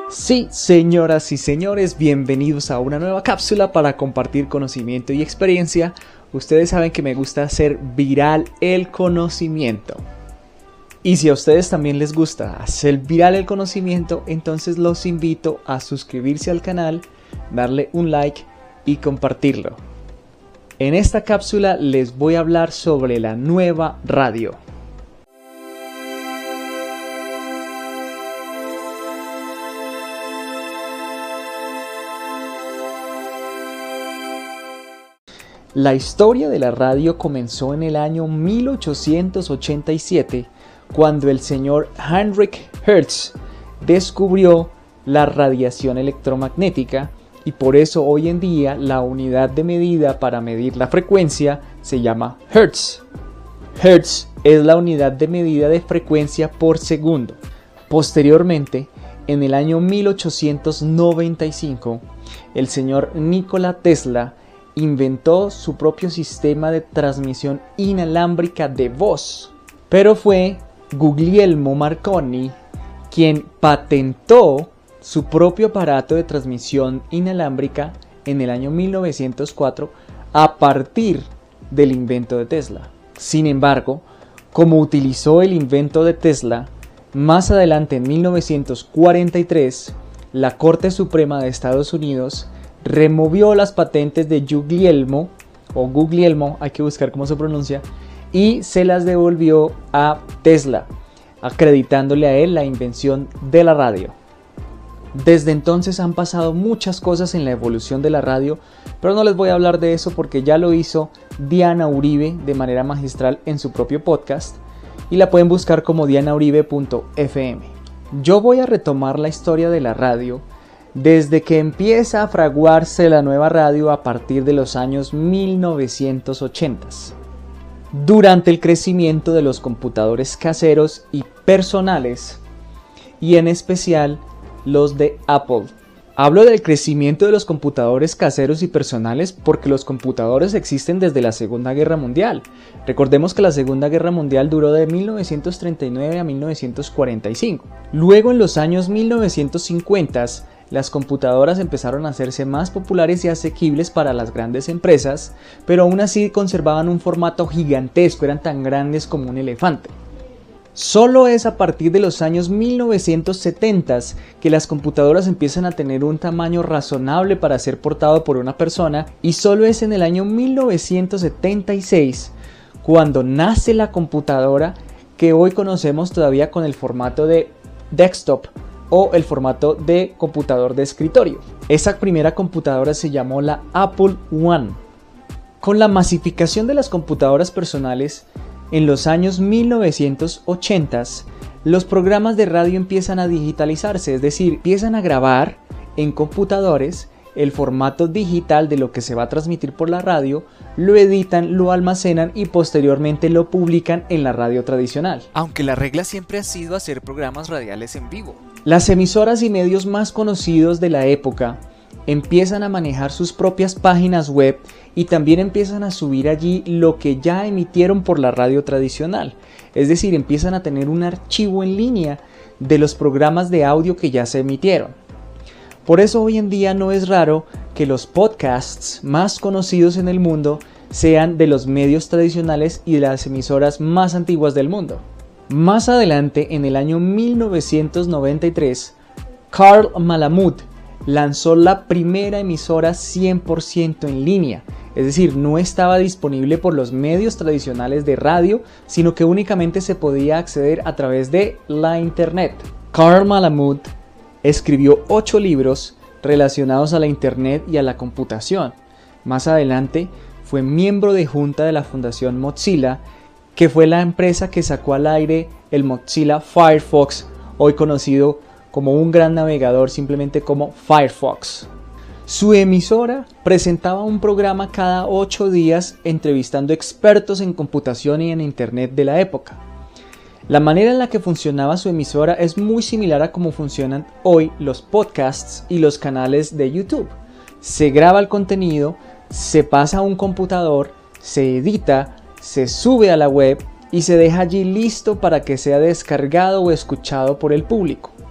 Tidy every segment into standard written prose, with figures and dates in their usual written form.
Sí, señoras y señores, bienvenidos a una nueva cápsula para compartir conocimiento y experiencia. Ustedes saben que me gusta hacer viral el conocimiento. Y si a ustedes también les gusta hacer viral el conocimiento, entonces los invito a suscribirse al canal, darle un like y compartirlo. En esta cápsula les voy a hablar sobre la nueva radio. La historia de la radio comenzó en el año 1887, cuando el señor Heinrich Hertz descubrió la radiación electromagnética, y por eso hoy en día la unidad de medida para medir la frecuencia se llama Hertz. Hertz es la unidad de medida de frecuencia por segundo. Posteriormente, en el año 1895, el señor Nikola Tesla inventó su propio sistema de transmisión inalámbrica de voz, pero fue Guglielmo Marconi quien patentó su propio aparato de transmisión inalámbrica en el año 1904 a partir del invento de Tesla. Sin embargo, como utilizó el invento de Tesla, más adelante en 1943, la Corte Suprema de Estados Unidos removió las patentes de Guglielmo, hay que buscar cómo se pronuncia, y se las devolvió a Tesla, acreditándole a él la invención de la radio. Desde entonces han pasado muchas cosas en la evolución de la radio, pero no les voy a hablar de eso porque ya lo hizo Diana Uribe de manera magistral en su propio podcast, y la pueden buscar como dianauribe.fm. Yo voy a retomar la historia de la radio desde que empieza a fraguarse la nueva radio a partir de los años 1980, durante el crecimiento de los computadores caseros y personales, y en especial los de Apple. Hablo del crecimiento de los computadores caseros y personales porque los computadores existen desde la Segunda Guerra Mundial. Recordemos que la Segunda Guerra Mundial duró de 1939 a 1945. Luego, en los años 1950, las computadoras empezaron a hacerse más populares y asequibles para las grandes empresas, pero aún así conservaban un formato gigantesco, eran tan grandes como un elefante. Solo es a partir de los años 1970 que las computadoras empiezan a tener un tamaño razonable para ser portado por una persona, y solo es en el año 1976 cuando nace la computadora que hoy conocemos todavía con el formato de desktop o el formato de computador de escritorio. Esa primera computadora se llamó la Apple I. Con la masificación de las computadoras personales, en los años 1980, los programas de radio empiezan a digitalizarse, es decir, empiezan a grabar en computadores el formato digital de lo que se va a transmitir por la radio, lo editan, lo almacenan y posteriormente lo publican en la radio tradicional. Aunque la regla siempre ha sido hacer programas radiales en vivo. Las emisoras y medios más conocidos de la época empiezan a manejar sus propias páginas web y también empiezan a subir allí lo que ya emitieron por la radio tradicional. Es decir, empiezan a tener un archivo en línea de los programas de audio que ya se emitieron. Por eso hoy en día no es raro que los podcasts más conocidos en el mundo sean de los medios tradicionales y de las emisoras más antiguas del mundo. Más adelante, en el año 1993, Carl Malamud lanzó la primera emisora 100% en línea, es decir, no estaba disponible por los medios tradicionales de radio, sino que únicamente se podía acceder a través de la internet. Carl Malamud escribió 8 libros relacionados a la internet y a la computación. Más adelante fue miembro de junta de la Fundación Mozilla, que fue la empresa que sacó al aire el Mozilla Firefox, hoy conocido como un gran navegador simplemente como Firefox. Su emisora presentaba un programa cada 8 días entrevistando expertos en computación y en internet de la época. La manera en la que funcionaba su emisora es muy similar a cómo funcionan hoy los podcasts y los canales de YouTube. Se graba el contenido, se pasa a un computador, se edita, se sube a la web y se deja allí listo para que sea descargado o escuchado por el público.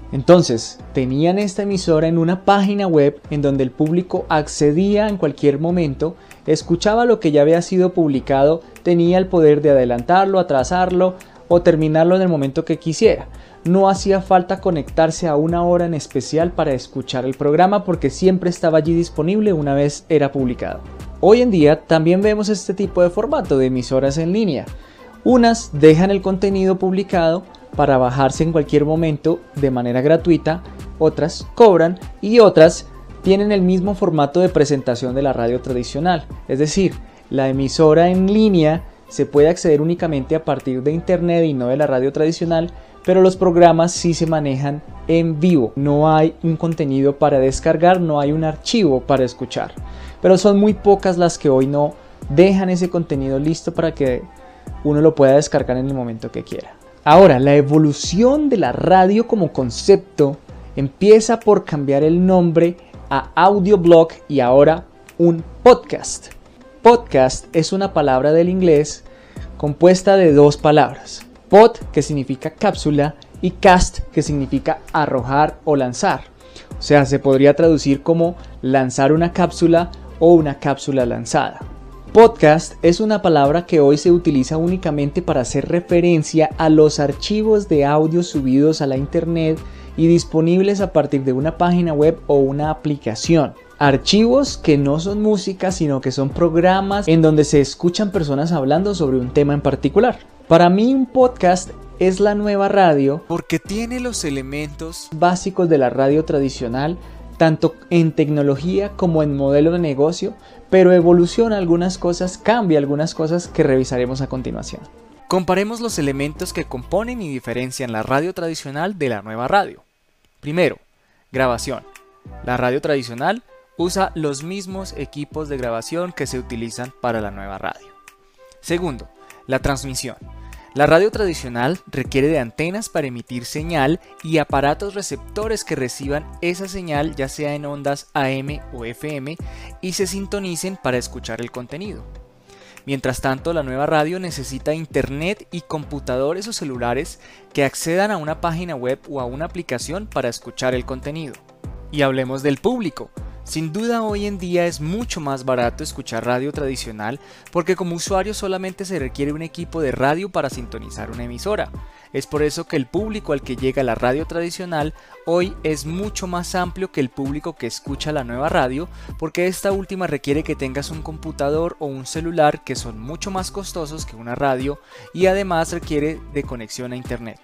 Entonces, tenían esta emisora en una página web en donde el público accedía en cualquier momento, escuchaba lo que ya había sido publicado, tenía el poder de adelantarlo, atrasarlo o terminarlo en el momento que quisiera. No hacía falta conectarse a una hora en especial para escuchar el programa porque siempre estaba allí disponible una vez era publicado. Hoy en día también vemos este tipo de formato de emisoras en línea. Unas dejan el contenido publicado para bajarse en cualquier momento de manera gratuita, otras cobran y otras tienen el mismo formato de presentación de la radio tradicional. Es decir, la emisora en línea se puede acceder únicamente a partir de internet y no de la radio tradicional, pero los programas sí se manejan en vivo. No hay un contenido para descargar, no hay un archivo para escuchar. Pero son muy pocas las que hoy no dejan ese contenido listo para que uno lo pueda descargar en el momento que quiera. Ahora, la evolución de la radio como concepto empieza por cambiar el nombre a audioblog y ahora un podcast. Podcast es una palabra del inglés compuesta de dos palabras. Pod, que significa cápsula, y cast, que significa arrojar o lanzar. O sea, se podría traducir como lanzar una cápsula o una cápsula lanzada. Podcast es una palabra que hoy se utiliza únicamente para hacer referencia a los archivos de audio subidos a la internet y disponibles a partir de una página web o una aplicación. Archivos que no son música, sino que son programas en donde se escuchan personas hablando sobre un tema en particular. Para mí un podcast es la nueva radio porque tiene los elementos básicos de la radio tradicional, tanto en tecnología como en modelo de negocio, pero evoluciona algunas cosas, cambia algunas cosas que revisaremos a continuación. Comparemos los elementos que componen y diferencian la radio tradicional de la nueva radio. Primero, grabación. La radio tradicional usa los mismos equipos de grabación que se utilizan para la nueva radio. Segundo, la transmisión. La radio tradicional requiere de antenas para emitir señal y aparatos receptores que reciban esa señal ya sea en ondas AM o FM y se sintonicen para escuchar el contenido. Mientras tanto, la nueva radio necesita internet y computadores o celulares que accedan a una página web o a una aplicación para escuchar el contenido. Y hablemos del público. Sin duda hoy en día es mucho más barato escuchar radio tradicional porque como usuario solamente se requiere un equipo de radio para sintonizar una emisora. Es por eso que el público al que llega la radio tradicional hoy es mucho más amplio que el público que escucha la nueva radio porque esta última requiere que tengas un computador o un celular que son mucho más costosos que una radio y además requiere de conexión a internet.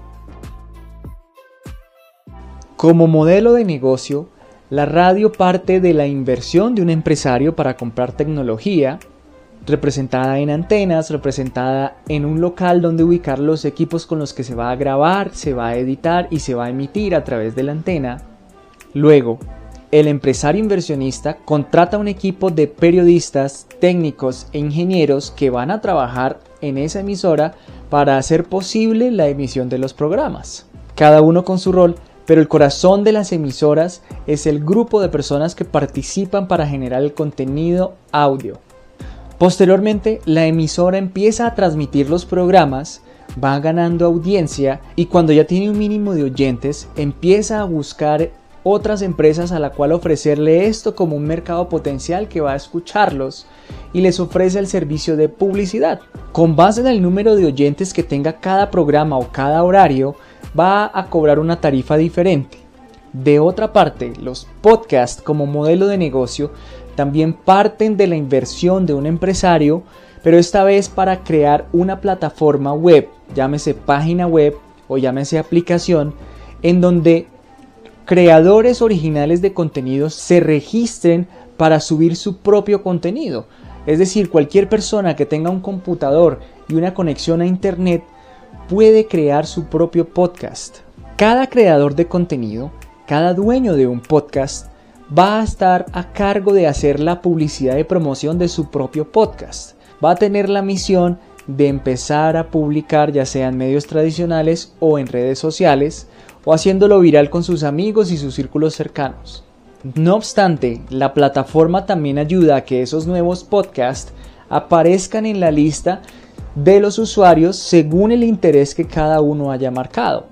Como modelo de negocio, la radio parte de la inversión de un empresario para comprar tecnología, representada en antenas, representada en un local donde ubicar los equipos con los que se va a grabar, se va a editar y se va a emitir a través de la antena. Luego, el empresario inversionista contrata un equipo de periodistas, técnicos e ingenieros que van a trabajar en esa emisora para hacer posible la emisión de los programas. Cada uno con su rol, pero el corazón de las emisoras es el grupo de personas que participan para generar el contenido audio. Posteriormente, la emisora empieza a transmitir los programas, va ganando audiencia y cuando ya tiene un mínimo de oyentes, empieza a buscar otras empresas a la cual ofrecerle esto como un mercado potencial que va a escucharlos y les ofrece el servicio de publicidad. Con base en el número de oyentes que tenga cada programa o cada horario, va a cobrar una tarifa diferente. De otra parte, los podcasts como modelo de negocio también parten de la inversión de un empresario, pero esta vez para crear una plataforma web, llámese página web o llámese aplicación, en donde creadores originales de contenidos se registren para subir su propio contenido. Es decir, cualquier persona que tenga un computador y una conexión a internet puede crear su propio podcast. Cada creador de contenido, cada dueño de un podcast, va a estar a cargo de hacer la publicidad y promoción de su propio podcast. Va a tener la misión de empezar a publicar ya sea en medios tradicionales o en redes sociales o haciéndolo viral con sus amigos y sus círculos cercanos. No obstante, la plataforma también ayuda a que esos nuevos podcasts aparezcan en la lista de los usuarios según el interés que cada uno haya marcado.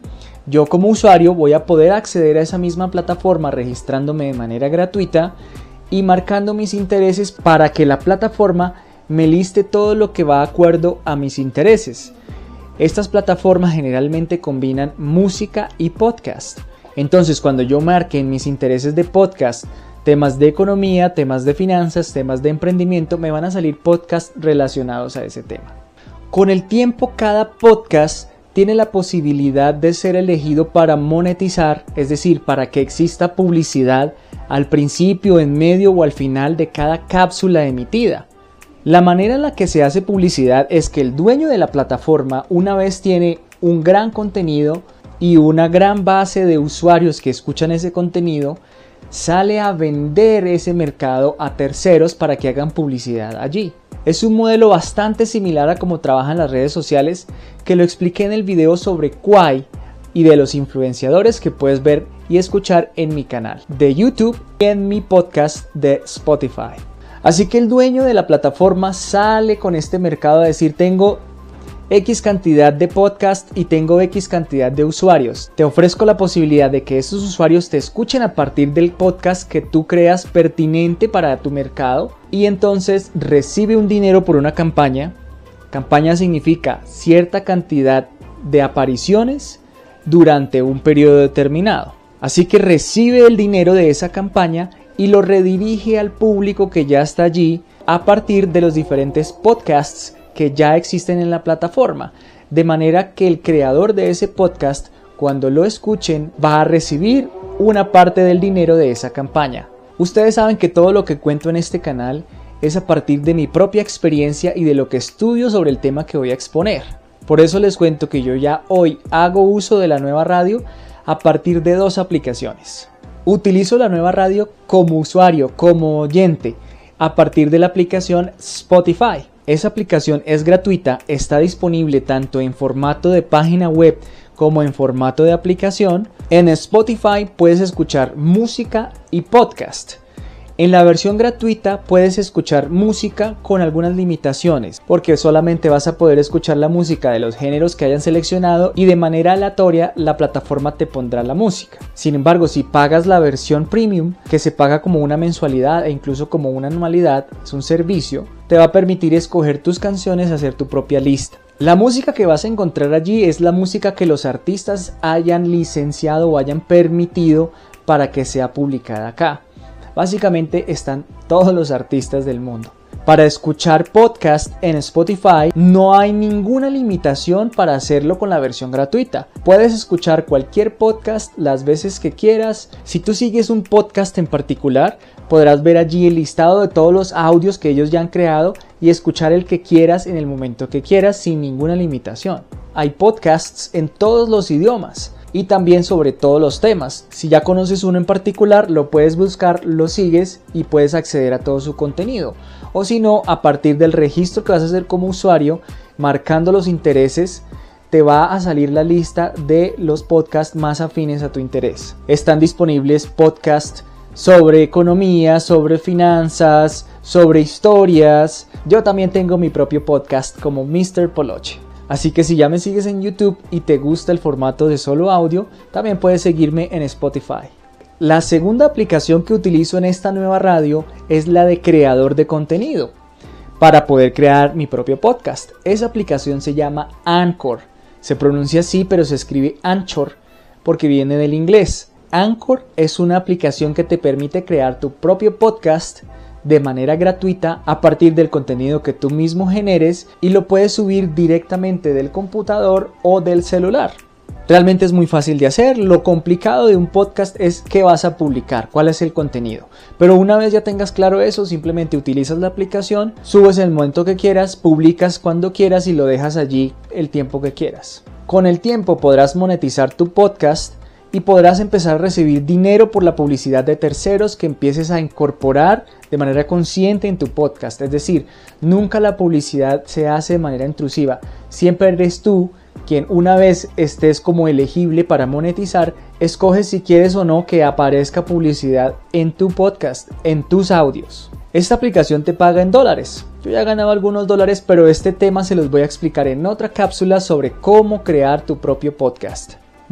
yo como usuario voy a poder acceder a esa misma plataforma registrándome de manera gratuita y marcando mis intereses para que la plataforma me liste todo lo que va de acuerdo a mis intereses. Estas plataformas generalmente combinan música y podcast. Entonces, cuando yo marque en mis intereses de podcast temas de economía, temas de finanzas, temas de emprendimiento, me van a salir podcasts relacionados a ese tema. Con el tiempo, cada podcast tiene la posibilidad de ser elegido para monetizar, es decir, para que exista publicidad al principio, en medio o al final de cada cápsula emitida. La manera en la que se hace publicidad es que el dueño de la plataforma, una vez tiene un gran contenido y una gran base de usuarios que escuchan ese contenido, sale a vender ese mercado a terceros para que hagan publicidad allí. Es un modelo bastante similar a cómo trabajan las redes sociales, que lo expliqué en el video sobre Quai y de los influenciadores que puedes ver y escuchar en mi canal de YouTube y en mi podcast de Spotify. Así que el dueño de la plataforma sale con este mercado a decir: tengo X cantidad de podcast y tengo X cantidad de usuarios. Te ofrezco la posibilidad de que esos usuarios te escuchen a partir del podcast que tú creas pertinente para tu mercado, y entonces recibe un dinero por una campaña. Campaña significa cierta cantidad de apariciones durante un periodo determinado. Así que recibe el dinero de esa campaña y lo redirige al público que ya está allí a partir de los diferentes podcasts que ya existen en la plataforma, de manera que el creador de ese podcast, cuando lo escuchen, va a recibir una parte del dinero de esa campaña. Ustedes saben que todo lo que cuento en este canal es a partir de mi propia experiencia y de lo que estudio sobre el tema que voy a exponer. Por eso les cuento que yo ya hoy hago uso de la nueva radio a partir de 2 aplicaciones. Utilizo la nueva radio como usuario, como oyente, a partir de la aplicación Spotify. Esa aplicación es gratuita, está disponible tanto en formato de página web como en formato de aplicación. En Spotify puedes escuchar música y podcast. En la versión gratuita puedes escuchar música con algunas limitaciones, porque solamente vas a poder escuchar la música de los géneros que hayan seleccionado y de manera aleatoria la plataforma te pondrá la música. Sin embargo, si pagas la versión premium, que se paga como una mensualidad e incluso como una anualidad, es un servicio, te va a permitir escoger tus canciones, hacer tu propia lista. La música que vas a encontrar allí es la música que los artistas hayan licenciado o hayan permitido para que sea publicada acá. Básicamente están todos los artistas del mundo. Para escuchar podcast en Spotify no hay ninguna limitación para hacerlo con la versión gratuita. Puedes escuchar cualquier podcast las veces que quieras. Si tú sigues un podcast en particular, podrás ver allí el listado de todos los audios que ellos ya han creado y escuchar el que quieras en el momento que quieras sin ninguna limitación. Hay podcasts en todos los idiomas y también sobre todos los temas. Si ya conoces uno en particular, lo puedes buscar, lo sigues y puedes acceder a todo su contenido. O si no, a partir del registro que vas a hacer como usuario, marcando los intereses, te va a salir la lista de los podcasts más afines a tu interés. Están disponibles podcasts sobre economía, sobre finanzas, sobre historias. Yo también tengo mi propio podcast como Mr. Poloche. Así que si ya me sigues en YouTube y te gusta el formato de solo audio, también puedes seguirme en Spotify. La segunda aplicación que utilizo en esta nueva radio es la de creador de contenido para poder crear mi propio podcast. Esa aplicación se llama Anchor. Se pronuncia así, pero se escribe Anchor porque viene del inglés. Anchor es una aplicación que te permite crear tu propio podcast de manera gratuita a partir del contenido que tú mismo generes y lo puedes subir directamente del computador o del celular. Realmente es muy fácil de hacer. Lo complicado de un podcast es qué vas a publicar, cuál es el contenido. Pero una vez ya tengas claro eso, simplemente utilizas la aplicación, subes en el momento que quieras, publicas cuando quieras y lo dejas allí el tiempo que quieras. Con el tiempo podrás monetizar tu podcast y podrás empezar a recibir dinero por la publicidad de terceros que empieces a incorporar de manera consciente en tu podcast. Es decir, nunca la publicidad se hace de manera intrusiva. Siempre eres tú quien, una vez estés como elegible para monetizar, escoges si quieres o no que aparezca publicidad en tu podcast, en tus audios. Esta aplicación te paga en dólares. Yo ya he ganado algunos dólares, pero este tema se los voy a explicar en otra cápsula sobre cómo crear tu propio podcast.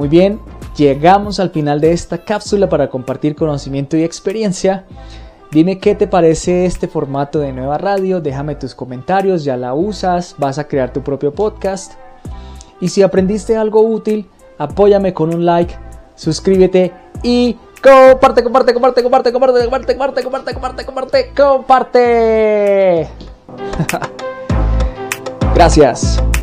Muy bien, llegamos al final de esta cápsula para compartir conocimiento y experiencia. Dime qué te parece este formato de Nueva Radio, déjame tus comentarios, ya la usas, vas a crear tu propio podcast. Y si aprendiste algo útil, apóyame con un like, suscríbete y comparte. Gracias.